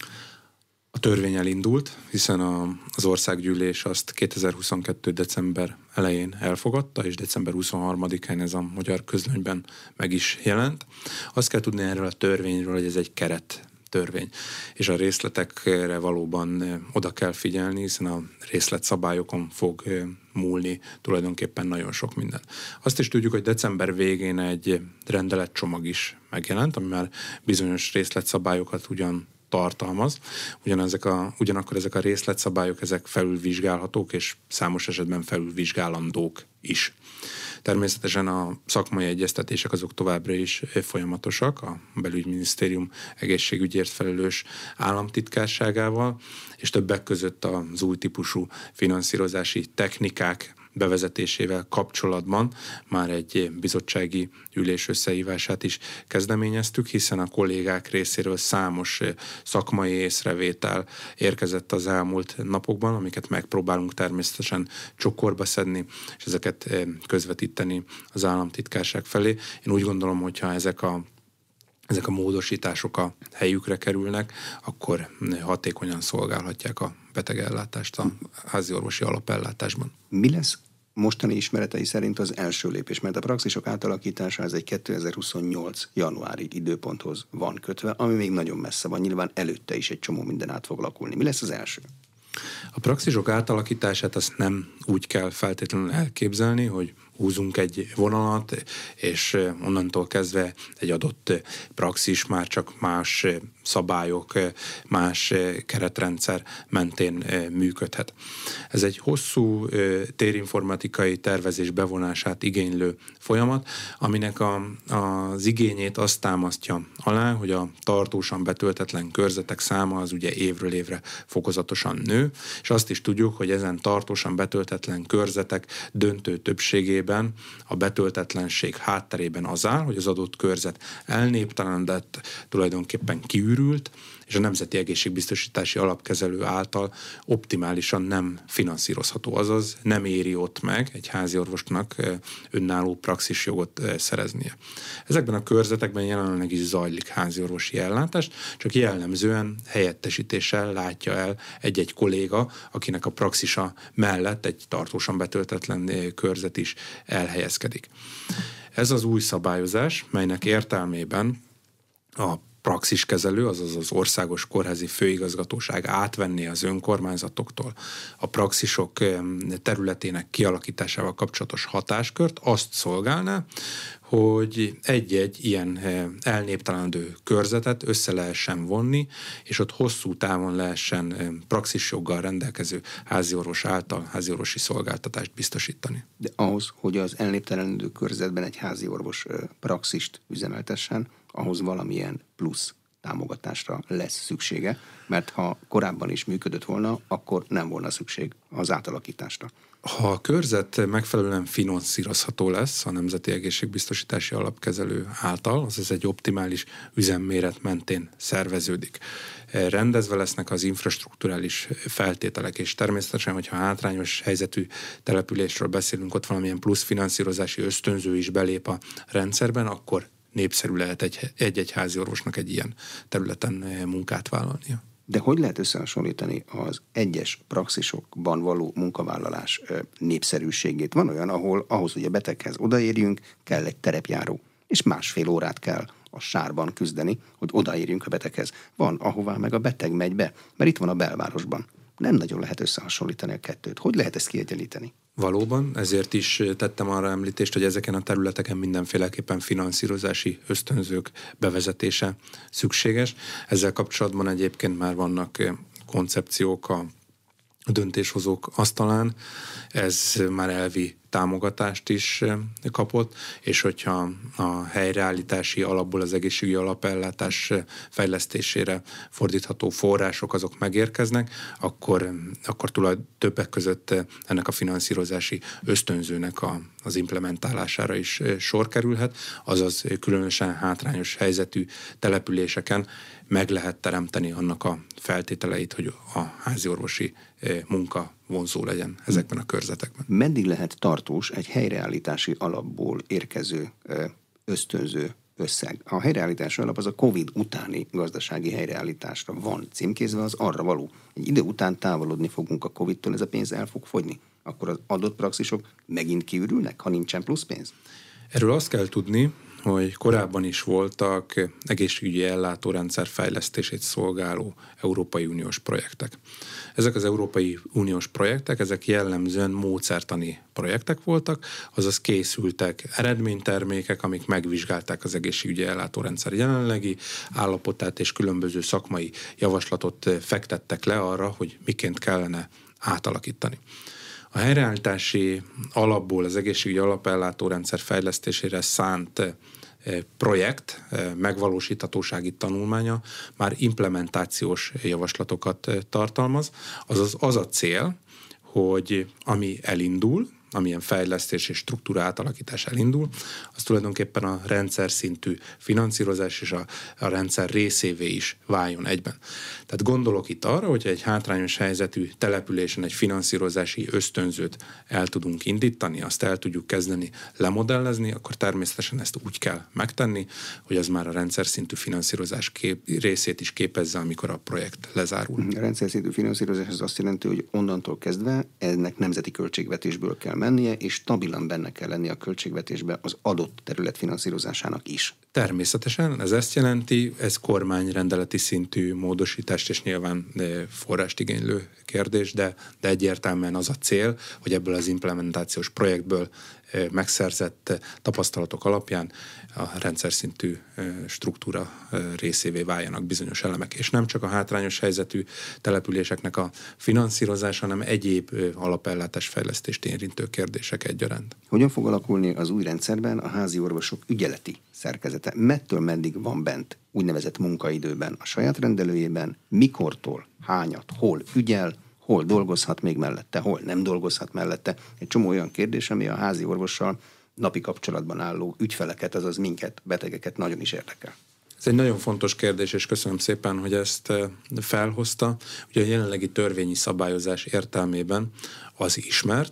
A törvény elindult, hiszen a, az országgyűlés azt kétezer-huszonkettő december elején elfogadta, és december huszonharmadikán ez a Magyar Közlönyben meg is jelent. Azt kell tudni erről a törvényről, hogy ez egy keret törvény, és a részletekre valóban oda kell figyelni, hiszen a részletszabályokon fog múlni tulajdonképpen nagyon sok minden. Azt is tudjuk, hogy december végén egy rendeletcsomag is megjelent, ami már bizonyos részletszabályokat ugyan tartalmaz, ugyanezek a, ugyanakkor ezek a részletszabályok, ezek felülvizsgálhatók, és számos esetben felülvizsgálandók is. Természetesen a szakmai egyeztetések azok továbbra is folyamatosak, a belügyminisztérium egészségügyért felelős államtitkárságával, és többek között az új típusú finanszírozási technikák bevezetésével kapcsolatban már egy bizottsági ülés összehívását is kezdeményeztük, hiszen a kollégák részéről számos szakmai észrevétel érkezett az elmúlt napokban, amiket megpróbálunk természetesen csokorba szedni, és ezeket közvetíteni az államtitkárság felé. Én úgy gondolom, hogyha ezek a ezek a módosítások a helyükre kerülnek, akkor hatékonyan szolgálhatják a betegellátást a háziorvosi alapellátásban. Mi lesz mostani ismeretei szerint az első lépés? Mert a praxisok átalakítása ez egy kétezer-huszonnyolc januári időponthoz van kötve, ami még nagyon messze van, nyilván előtte is egy csomó minden át fog alakulni. Mi lesz az első? A praxisok átalakítását azt nem úgy kell feltétlenül elképzelni, hogy húzunk egy vonalat, és onnantól kezdve egy adott praxis már csak más szabályok, más keretrendszer mentén működhet. Ez egy hosszú térinformatikai tervezés bevonását igénylő folyamat, aminek a, az igényét azt támasztja alá, hogy a tartósan betöltetlen körzetek száma az ugye évről évre fokozatosan nő, és azt is tudjuk, hogy ezen tartósan betöltetlen körzetek döntő többségében a betöltetlenség hátterében az áll, hogy az adott körzet elnéptelenedett, tulajdonképpen kiürült, és a Nemzeti Egészségbiztosítási Alapkezelő által optimálisan nem finanszírozható, azaz nem éri ott meg egy háziorvosnak önálló praxisjogot szereznie. Ezekben a körzetekben jelenleg is zajlik háziorvosi ellátás, csak jellemzően helyettesítéssel látja el egy-egy kolléga, akinek a praxisa mellett egy tartósan betöltetlen körzet is elhelyezkedik. Ez az új szabályozás, melynek értelmében a praxiskezelő, azaz az Országos Kórházi Főigazgatóság átvenné az önkormányzatoktól a praxisok területének kialakításával kapcsolatos hatáskört, azt szolgálná, hogy egy-egy ilyen elnéptelenedő körzetet össze lehessen vonni, és ott hosszú távon lehessen praxisjoggal rendelkező háziorvos által háziorvosi szolgáltatást biztosítani. De ahhoz, hogy az elnéptelenedő körzetben egy háziorvos praxist üzemeltessen, ahhoz valamilyen plusz támogatásra lesz szüksége, mert ha korábban is működött volna, akkor nem volna szükség az átalakításra. Ha a körzet megfelelően finanszírozható lesz a Nemzeti Egészségbiztosítási Alapkezelő által, azaz egy optimális üzemméret mentén szerveződik. Rendezve lesznek az infrastrukturális feltételek, és természetesen, hogyha hátrányos helyzetű településről beszélünk, ott valamilyen plusz finanszírozási ösztönző is belép a rendszerben, akkor népszerű lehet egy, egy-egy háziorvosnak egy ilyen területen munkát vállalnia. De hogy lehet összehasonlítani az egyes praxisokban való munkavállalás népszerűségét? Van olyan, ahol ahhoz, hogy a beteghez odaérjünk, kell egy terepjáró, és másfél órát kell a sárban küzdeni, hogy odaérjünk a beteghez. Van, ahová meg a beteg megy be, mert itt van a belvárosban. Nem nagyon lehet összehasonlítani a kettőt. Hogy lehet ezt kiegyenlíteni? Valóban, ezért is tettem arra említést, hogy ezeken a területeken mindenféleképpen finanszírozási ösztönzők bevezetése szükséges. Ezzel kapcsolatban egyébként már vannak koncepciók a döntéshozók asztalán, ez már elvi támogatást is kapott, és hogyha a helyreállítási alapból az egészségügyi alapellátás fejlesztésére fordítható források azok megérkeznek, akkor, akkor tulajdonképpen többek között ennek a finanszírozási ösztönzőnek a, az implementálására is sor kerülhet, azaz különösen hátrányos helyzetű településeken meg lehet teremteni annak a feltételeit, hogy a háziorvosi munka vonzó legyen ezekben a körzetekben. Meddig lehet tartós egy helyreállítási alapból érkező ösztönző összeg? A helyreállítási alap az a Covid utáni gazdasági helyreállításra van címkézve, az arra való. Egy idő után távolodni fogunk a Covidtól, ez a pénz el fog fogyni. Akkor az adott praxisok megint kiürülnek, ha nincsen plusz pénz? Erről azt kell tudni, hogy korábban is voltak egészségügyi ellátórendszer fejlesztését szolgáló Európai Uniós projektek. Ezek az Európai Uniós projektek, ezek jellemzően módszertani projektek voltak, azaz készültek eredménytermékek, amik megvizsgálták az egészségügyi ellátórendszer jelenlegi állapotát, és különböző szakmai javaslatot fektettek le arra, hogy miként kellene átalakítani. A helyreállítási alapból az egészségügyi alapellátórendszer fejlesztésére szánt projekt megvalósíthatósági tanulmánya már implementációs javaslatokat tartalmaz, azaz az a cél, hogy ami elindul, amilyen fejlesztés és struktúra átalakítás elindul, az tulajdonképpen a rendszer szintű finanszírozás és a, a rendszer részévé is váljon egyben. Tehát gondolok itt arra, hogyha egy hátrányos helyzetű településen egy finanszírozási ösztönzőt el tudunk indítani, azt el tudjuk kezdeni lemodellezni, akkor természetesen ezt úgy kell megtenni, hogy az már a rendszer szintű finanszírozás kép, részét is képezze, amikor a projekt lezárul. A rendszer szintű finanszírozás az azt jelenti, hogy onnantól kezdve ennek nemzeti költségvetésből kell mennie, és stabilan benne kell lenni a költségvetésbe az adott terület finanszírozásának is. Természetesen, ez ezt jelenti, ez kormányrendeleti szintű módosítást és nyilván forrást igénylő kérdés, de, de egyértelműen az a cél, hogy ebből az implementációs projektből megszerzett tapasztalatok alapján a rendszer szintű struktúra részévé váljanak bizonyos elemek, és nem csak a hátrányos helyzetű településeknek a finanszírozása, hanem egyéb alapellátás fejlesztést érintő kérdések egyaránt. Hogyan fog alakulni az új rendszerben a házi orvosok ügyeleti szerkezete? Mettől meddig van bent úgynevezett munkaidőben a saját rendelőjében, mikortól, hányat, hol ügyel, hol dolgozhat még mellette, hol nem dolgozhat mellette. Egy csomó olyan kérdés, ami a házi orvossal napi kapcsolatban álló ügyfeleket, azaz minket, betegeket nagyon is érdekel. Ez egy nagyon fontos kérdés, és köszönöm szépen, hogy ezt felhozta. Ugye a jelenlegi törvényi szabályozás értelmében az ismert,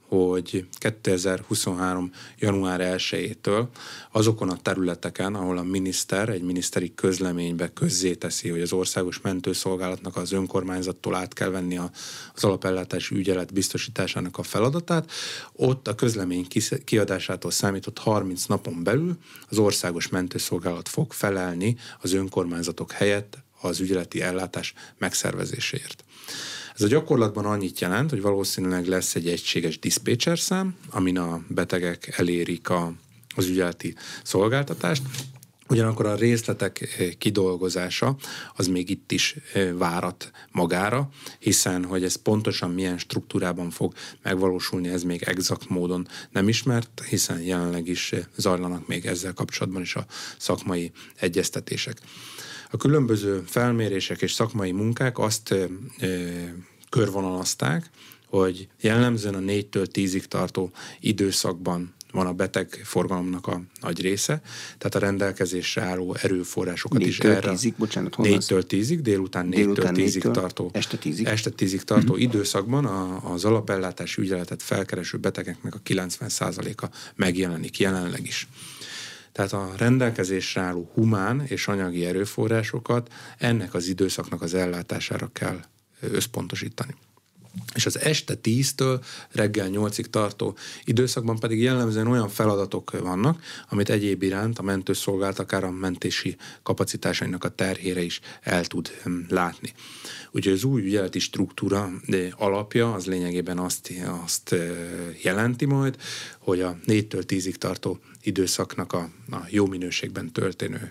hogy kétezer-huszonhárom. január elsejétől azokon a területeken, ahol a miniszter egy miniszteri közleménybe közzéteszi, hogy az országos mentőszolgálatnak az önkormányzattól át kell venni az alapellátási ügyelet biztosításának a feladatát, ott a közlemény kiadásától számított harminc napon belül az országos mentőszolgálat fog felelni az önkormányzatok helyett az ügyeleti ellátás megszervezéséért. Ez a gyakorlatban annyit jelent, hogy valószínűleg lesz egy egységes diszpécser szám, amin a betegek elérik a, az ügyeleti szolgáltatást. Ugyanakkor a részletek kidolgozása az még itt is várat magára, hiszen hogy ez pontosan milyen struktúrában fog megvalósulni, ez még exakt módon nem ismert, hiszen jelenleg is zajlanak még ezzel kapcsolatban is a szakmai egyeztetések. A különböző felmérések és szakmai munkák azt ö, ö, körvonalazták, hogy jellemzően a négytől tízig tartó időszakban van a betegforgalomnak a nagy része, tehát a rendelkezésre álló erőforrásokat is erre. tízig, bocsánat, négytől tízig, délután négytől tízig tartó, este tízig, este tízig tartó uh-huh. időszakban a, az alapellátási ügyeletet felkereső betegeknek a kilencven százaléka megjelenik jelenleg is. Tehát a rendelkezésre álló humán és anyagi erőforrásokat ennek az időszaknak az ellátására kell összpontosítani. És az este tíztől reggel nyolcig tartó időszakban pedig jellemzően olyan feladatok vannak, amit egyéb iránt a mentőszolgálat akár a mentési kapacitásainak a terhére is el tud látni. Úgyhogy az új ügyeleti struktúra alapja az lényegében azt, azt jelenti majd, hogy a négytől tízig tartó időszaknak a, a jó minőségben történő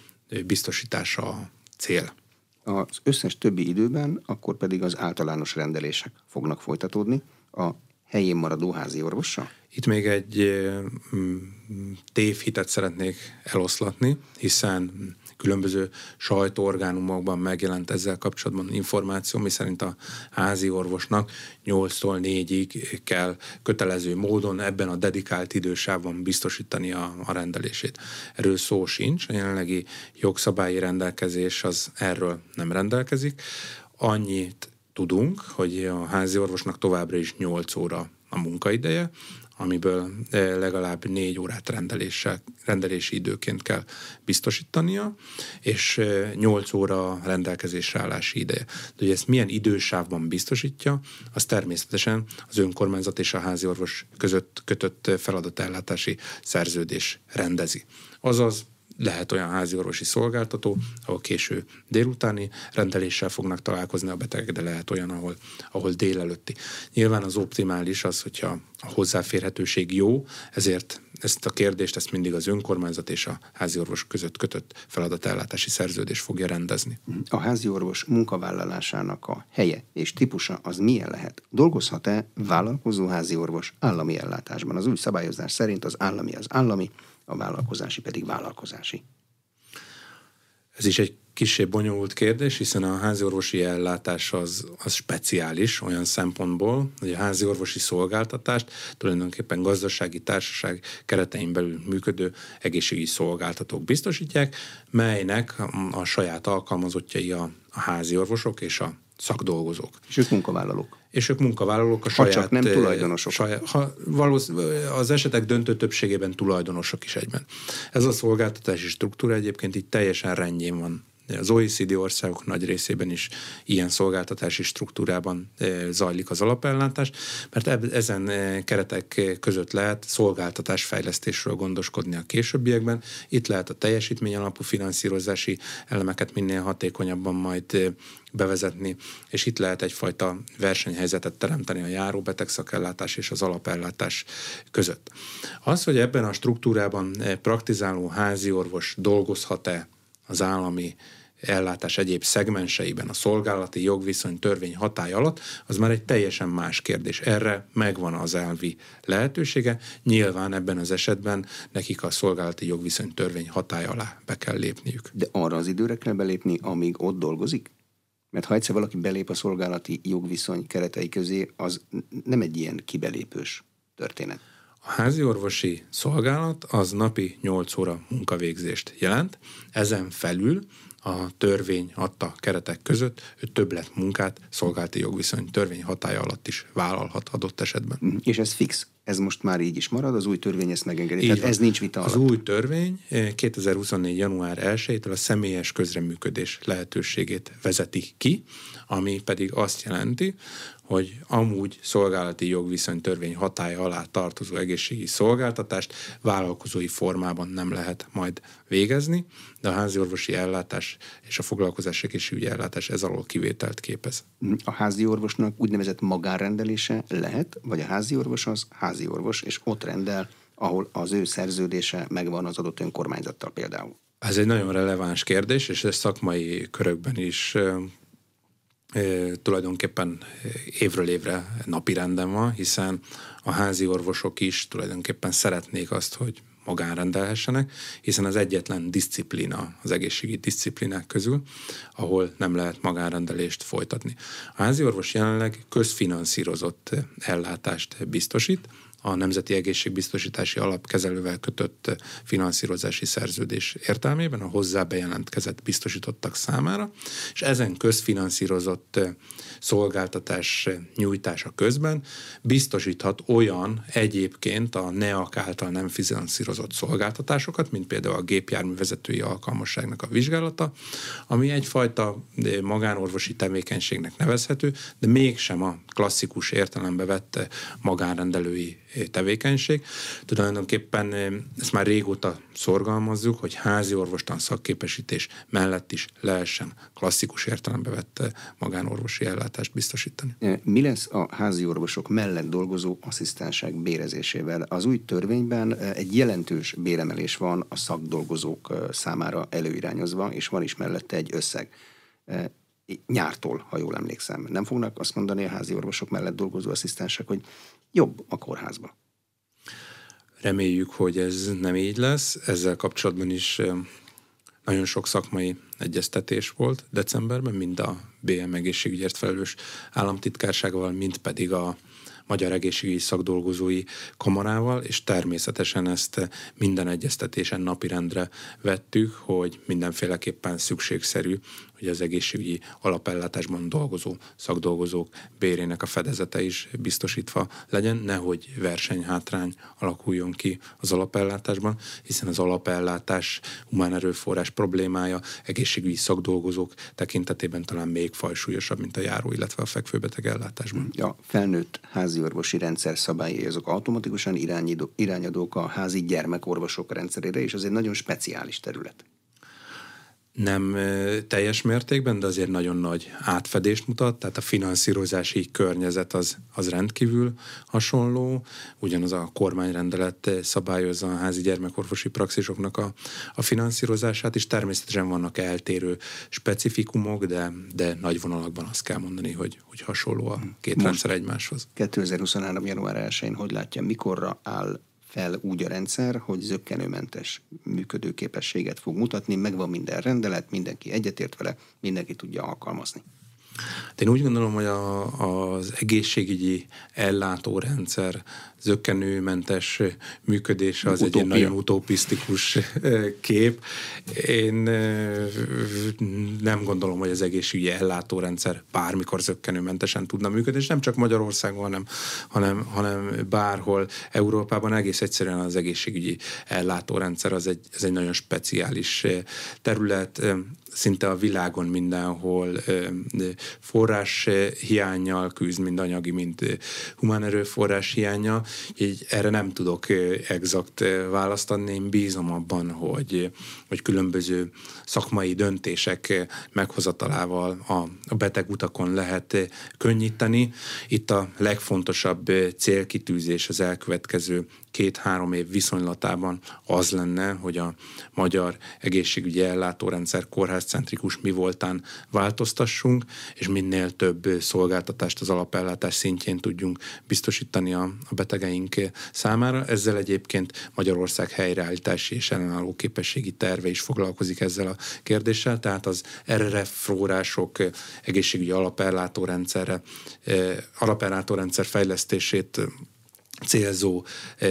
biztosítása a cél. Az összes többi időben akkor pedig az általános rendelések fognak folytatódni a helyén maradó házi orvossal? Itt még egy tévhitet szeretnék eloszlatni, hiszen különböző sajtóorgánumokban megjelent ezzel kapcsolatban információ, miszerint a házi orvosnak nyolctól négyig kell kötelező módon ebben a dedikált idősávban biztosítani a, a rendelését. Erről szó sincs, a jelenlegi jogszabályi rendelkezés az erről nem rendelkezik. Annyit tudunk, hogy a házi orvosnak továbbra is nyolc óra a munkaideje, amiből legalább négy órát rendeléssel, rendelési időként kell biztosítania, és nyolc óra rendelkezésre állási ideje. De hogy ezt milyen idősávban biztosítja, az természetesen az önkormányzat és a háziorvos között kötött feladatellátási szerződés rendezi. Azaz lehet olyan háziorvosi szolgáltató, ahol késő délutáni rendeléssel fognak találkozni a betegek, de lehet olyan, ahol, ahol délelőtti. Nyilván az optimális az, hogyha a hozzáférhetőség jó, ezért ezt a kérdést ezt mindig az önkormányzat és a háziorvos között kötött feladatellátási szerződés fogja rendezni. A háziorvos munkavállalásának a helye és típusa az milyen lehet? Dolgozhat-e vállalkozó háziorvos állami ellátásban? Az új szabályozás szerint az állami az állami, a vállalkozási pedig vállalkozási. Ez is egy kissé bonyolult kérdés, hiszen a háziorvosi ellátás az, az speciális olyan szempontból, hogy a háziorvosi szolgáltatást tulajdonképpen gazdasági társaság keretein belül működő egészségügyi szolgáltatók biztosítják, melynek a, a saját alkalmazottjai a, a háziorvosok és a szakdolgozók. És ők munkavállalók. És ők munkavállalók a ha saját... csak nem tulajdonosok. Saját, ha az esetek döntő többségében tulajdonosok is egyben. Ez a szolgáltatási struktúra egyébként így teljesen rendjén van. Az o e cé dé országok nagy részében is ilyen szolgáltatási struktúrában zajlik az alapellátás, mert ezen keretek között lehet szolgáltatásfejlesztésről gondoskodni a későbbiekben. Itt lehet a teljesítmény alapú finanszírozási elemeket minél hatékonyabban majd bevezetni, és itt lehet egyfajta versenyhelyzetet teremteni a járóbeteg szakellátás és az alapellátás között. Az, hogy ebben a struktúrában praktizáló háziorvos dolgozhat-e az állami ellátás egyéb szegmenseiben a szolgálati jogviszony törvény hatály alatt, az már egy teljesen más kérdés. Erre megvan az elvi lehetősége. Nyilván ebben az esetben nekik a szolgálati jogviszony törvény hatály alá be kell lépniük. De arra az időre kell belépni, amíg ott dolgozik? Mert ha egyszer valaki belép a szolgálati jogviszony keretei közé, az nem egy ilyen kibelépős történet. A háziorvosi szolgálat az napi nyolc óra munkavégzést jelent, ezen felül a törvény adta keretek között, ő többlet munkát szolgálati jogviszony törvény hatálya alatt is vállalhat adott esetben. És ez fix? Ez most már így is marad, az új törvény ezt megengedi. Tehát ez nincs vita alatt. Az új törvény kétezer-huszonnégy. január elsejétől a személyes közreműködés lehetőségét vezeti ki, ami pedig azt jelenti, hogy amúgy szolgálati jogviszony törvény hatálya alá tartozó egészségügyi szolgáltatást vállalkozói formában nem lehet majd végezni, de a háziorvosi ellátás és a foglalkozás egészségügyi ellátás ez alól kivételt képez. A házi orvosnak úgynevezett magánrendelése lehet, vagy a házi orvos az házi orvos, és ott rendel, ahol az ő szerződése megvan az adott önkormányzattal például? Ez egy nagyon releváns kérdés, és ez szakmai körökben is E, tulajdonképpen évről évre napirenden van, hiszen a házi orvosok is tulajdonképpen szeretnék azt, hogy magánrendelhessenek, hiszen az egyetlen diszciplína az egészségügyi diszciplínák közül, ahol nem lehet magánrendelést folytatni. A házi orvos jelenleg közfinanszírozott ellátást biztosít, a Nemzeti Egészségbiztosítási Alapkezelővel kötött finanszírozási szerződés értelmében a hozzá bejelentkezett biztosítottak számára, és ezen közfinanszírozott szolgáltatás nyújtása közben biztosíthat olyan egyébként a en e á ká által nem finanszírozott szolgáltatásokat, mint például a gépjárművezetői alkalmasságnak a vizsgálata, ami egyfajta magánorvosi tevékenységnek nevezhető, de mégsem a klasszikus értelembe vett magánrendelői tevékenység. Tulajdonképpen ezt már régóta szorgalmazzuk, hogy házi orvostan szakképesítés mellett is lehessen klasszikus értelembe vett magánorvosi ellátást biztosítani. Mi lesz a házi orvosok mellett dolgozó asszisztensek bérezésével? Az új törvényben egy jelentős béremelés van a szakdolgozók számára előirányozva, és van is mellette egy összeg. Nyártól, ha jól emlékszem. Nem fognak azt mondani a házi orvosok mellett dolgozó asszisztensek, hogy jobb a kórházba? Reméljük, hogy ez nem így lesz. Ezzel kapcsolatban is nagyon sok szakmai egyeztetés volt decemberben, mind a bé em egészségügyért felelős államtitkárságával, mind pedig a Magyar Egészségügyi Szakdolgozói Kamarával, és természetesen ezt minden egyeztetésen napirendre vettük, hogy mindenféleképpen szükségszerű, hogy az egészségügyi alapellátásban dolgozó szakdolgozók bérének a fedezete is biztosítva legyen, nehogy versenyhátrány alakuljon ki az alapellátásban, hiszen az alapellátás humán erőforrás problémája egészségügyi szakdolgozók tekintetében talán még fajsúlyosabb, mint a járó, illetve a fekvőbeteg ellátásban. A felnőtt háziorvosi rendszer szabályai azok automatikusan irányadók a házi gyermekorvosok rendszerére, és az egy nagyon speciális terület. Nem teljes mértékben, de azért nagyon nagy átfedést mutat, tehát a finanszírozási környezet az, az rendkívül hasonló, ugyanaz a kormányrendelet szabályozza a házi gyermekorvosi praxisoknak a, a finanszírozását is, természetesen vannak eltérő specifikumok, de, de nagy vonalakban azt kell mondani, hogy, hogy hasonló a két Most rendszer egymáshoz. kétezer-huszonhárom. január elsején hogy látja, mikorra áll fel úgy a rendszer, hogy zökkenőmentes működőképességet fog mutatni, megvan minden rendelet, mindenki egyetért vele, mindenki tudja alkalmazni? Én úgy gondolom, hogy a, az egészségügyi ellátórendszer zökkenőmentes működése az Utópia. Egy nagyon utopisztikus kép. Én nem gondolom, hogy az egészségügyi ellátórendszer bármikor zökkenőmentesen tudna működni, és nem csak Magyarországon, hanem, hanem, hanem bárhol Európában egész egyszerűen az egészségügyi ellátórendszer az egy, ez egy nagyon speciális terület, szinte a világon mindenhol forrás hiánnyal küzd, mind anyagi, mind humán erőforrás hiánnyal. Így erre nem tudok exakt választ adni. Én bízom abban, hogy, hogy különböző szakmai döntések meghozatalával a, a beteg utakon lehet könnyíteni. Itt a legfontosabb célkitűzés az elkövetkező két-három év viszonylatában az lenne, hogy a magyar egészségügyi ellátórendszer kórházcentrikus mi voltán változtassunk, és minél több szolgáltatást az alapellátás szintjén tudjunk biztosítani a, a betegeink számára. Ezzel egyébként Magyarország helyreállítási és ellenálló képességi terve is foglalkozik ezzel a kérdéssel, tehát az er er ef források egészségügyi alapellátórendszerre, alapellátórendszer fejlesztését célzó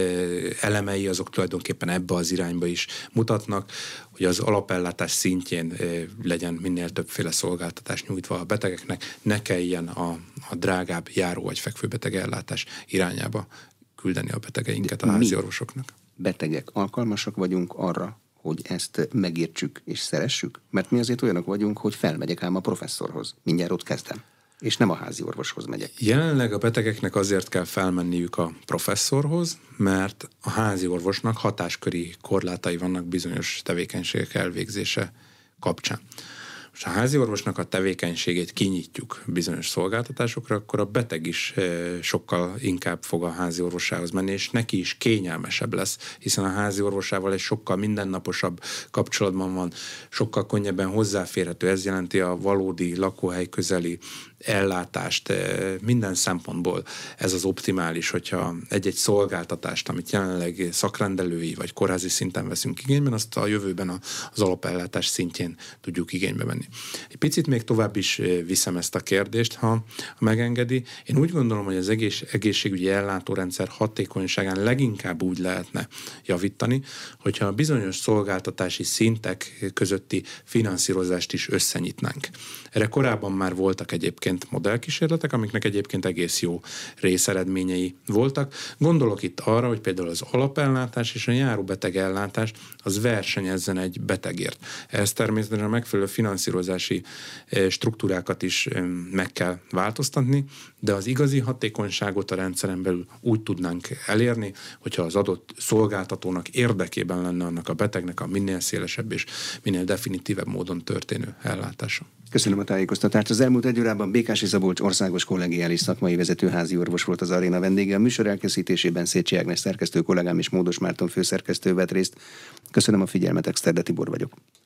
elemei, azok tulajdonképpen ebbe az irányba is mutatnak, hogy az alapellátás szintjén legyen minél többféle szolgáltatás nyújtva a betegeknek, ne kelljen a, a drágább járó- vagy fekvőbeteg ellátás irányába küldeni a betegeinket a házi orvosoknak. Betegek alkalmasak vagyunk arra, hogy ezt megértsük és szeressük? Mert mi azért olyanok vagyunk, hogy felmegyek ám a professzorhoz. Mindjárt ott kezdem. És nem a házi orvoshoz megyek. Jelenleg a betegeknek azért kell felmenniük a professzorhoz, mert a házi orvosnak hatásköri korlátai vannak bizonyos tevékenységek elvégzése kapcsán. Most ha a házi orvosnak a tevékenységét kinyitjuk bizonyos szolgáltatásokra, akkor a beteg is sokkal inkább fog a házi orvosához menni, és neki is kényelmesebb lesz, hiszen a házi orvosával egy sokkal mindennaposabb kapcsolatban van, sokkal könnyebben hozzáférhető. Ez jelenti a valódi lakóhely közeli ellátást minden szempontból. Ez az optimális, hogyha egy-egy szolgáltatást, amit jelenleg szakrendelői vagy kórházi szinten veszünk igényben, azt a jövőben az alapellátás szintjén tudjuk igénybe venni. Egy picit még tovább is viszem ezt a kérdést, ha megengedi. Én úgy gondolom, hogy az egész, egészségügyi ellátórendszer hatékonyságán leginkább úgy lehetne javítani, hogyha a bizonyos szolgáltatási szintek közötti finanszírozást is összenyitnánk. Erre korábban már voltak egyébként modellkísérletek, amiknek egyébként egész jó részeredményei voltak. Gondolok itt arra, hogy például az alapellátás és a járóbeteg ellátás az versenyezzen egy betegért. Ehhez természetesen a megfelelő finanszírozási struktúrákat is meg kell változtatni, de az igazi hatékonyságot a rendszeren belül úgy tudnánk elérni, hogyha az adott szolgáltatónak érdekében lenne annak a betegnek a minél szélesebb és minél definitívebb módon történő ellátása. Köszönöm a tájékoztatást. Az elmúlt egy órában Békási Szabolcs országos kollegiális szakmai vezető házi orvos volt az aréna vendége. A műsor elkészítésében Szécsi Ágnes szerkesztő kollégám és Módos Márton főszerkesztő vett részt. Köszönöm a figyelmet, Exterde Tibor vagyok.